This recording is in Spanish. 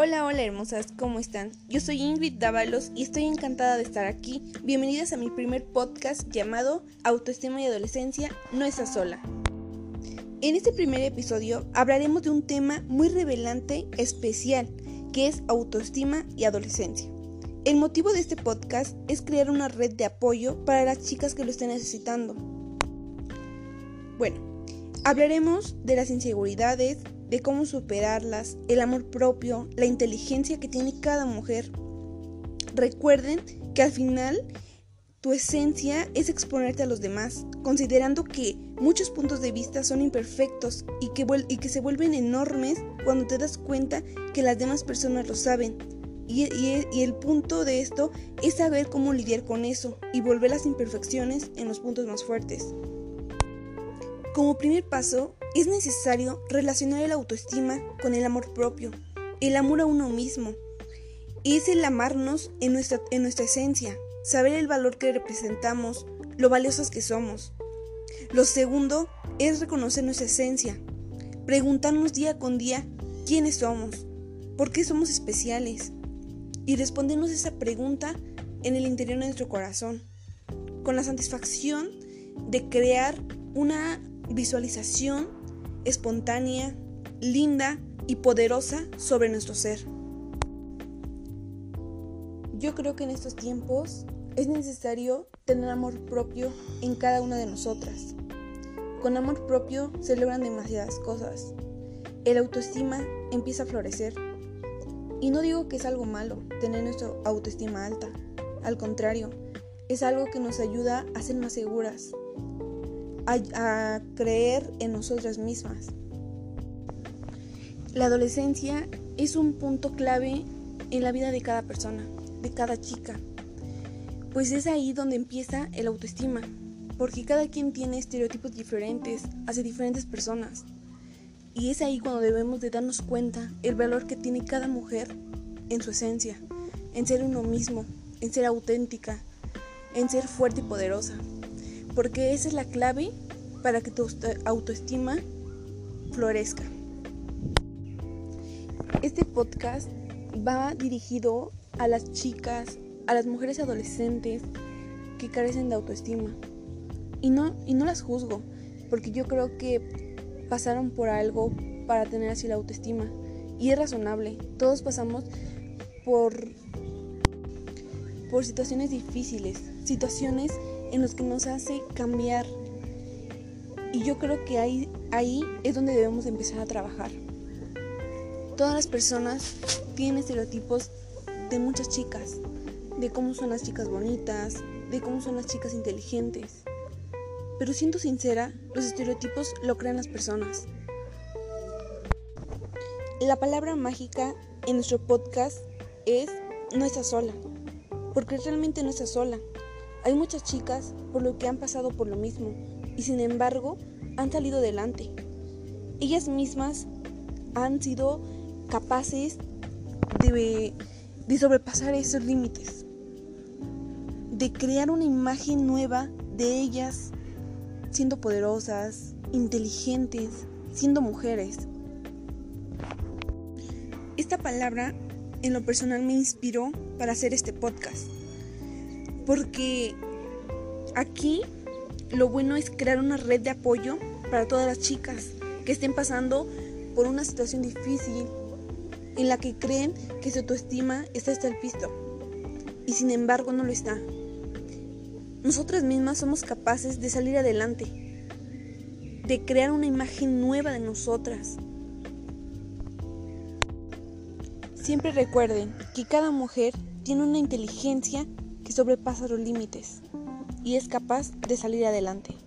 Hola hermosas, ¿cómo están? Yo soy Ingrid Dávalos y estoy encantada de estar aquí. Bienvenidas a mi primer podcast llamado Autoestima y Adolescencia, no estás sola. En este primer episodio hablaremos de un tema muy revelante, especial, que es autoestima y adolescencia. El motivo de este podcast es crear una red de apoyo para las chicas que lo estén necesitando. Bueno, hablaremos de las inseguridades, de cómo superarlas, el amor propio, la inteligencia que tiene cada mujer. Recuerden que al final tu esencia es exponerte a los demás, considerando que muchos puntos de vista son imperfectos y que se vuelven enormes cuando te das cuenta que las demás personas lo saben. Y el punto de esto es saber cómo lidiar con eso y volver las imperfecciones en los puntos más fuertes. Como primer paso, es necesario relacionar el autoestima con el amor propio, el amor a uno mismo. Es el amarnos en nuestra esencia, saber el valor que representamos, lo valiosas que somos. Lo segundo es reconocer nuestra esencia, preguntarnos día con día quiénes somos, por qué somos especiales, y respondernos esa pregunta en el interior de nuestro corazón, con la satisfacción de crear una visualización espontánea, linda y poderosa sobre nuestro ser. Yo creo que en estos tiempos es necesario tener amor propio en cada una de nosotras. Con amor propio se logran demasiadas cosas. El autoestima empieza a florecer. Y no digo que es algo malo tener nuestra autoestima alta. Al contrario, es algo que nos ayuda a ser más seguras, a creer en nosotras mismas. La adolescencia es un punto clave en la vida de cada persona, de cada chica, pues es ahí donde empieza el autoestima, porque cada quien tiene estereotipos diferentes hacia diferentes personas, y es ahí cuando debemos de darnos cuenta el valor que tiene cada mujer en su esencia, en ser uno mismo, en ser auténtica, en ser fuerte y poderosa. Porque esa es la clave para que tu autoestima florezca. Este podcast va dirigido a las chicas, a las mujeres adolescentes que carecen de autoestima. Y no las juzgo, porque yo creo que pasaron por algo para tener así la autoestima. Y es razonable, todos pasamos por situaciones difíciles, situaciones en los que nos hace cambiar, y yo creo que ahí es donde debemos empezar a trabajar. Todas las personas tienen estereotipos de muchas chicas, de cómo son las chicas bonitas, de cómo son las chicas inteligentes, pero siendo sincera, los estereotipos lo crean las personas. La palabra mágica en nuestro podcast es no estás sola, porque realmente no estás sola. Hay muchas chicas por lo que han pasado por lo mismo y sin embargo han salido adelante. Ellas mismas han sido capaces de sobrepasar esos límites, de crear una imagen nueva de ellas siendo poderosas, inteligentes, siendo mujeres. Esta palabra en lo personal me inspiró para hacer este podcast, porque aquí lo bueno es crear una red de apoyo para todas las chicas que estén pasando por una situación difícil en la que creen que su autoestima está hasta el piso y sin embargo no lo está. Nosotras mismas somos capaces de salir adelante, de crear una imagen nueva de nosotras. Siempre recuerden que cada mujer tiene una inteligencia que sobrepasa los límites y es capaz de salir adelante.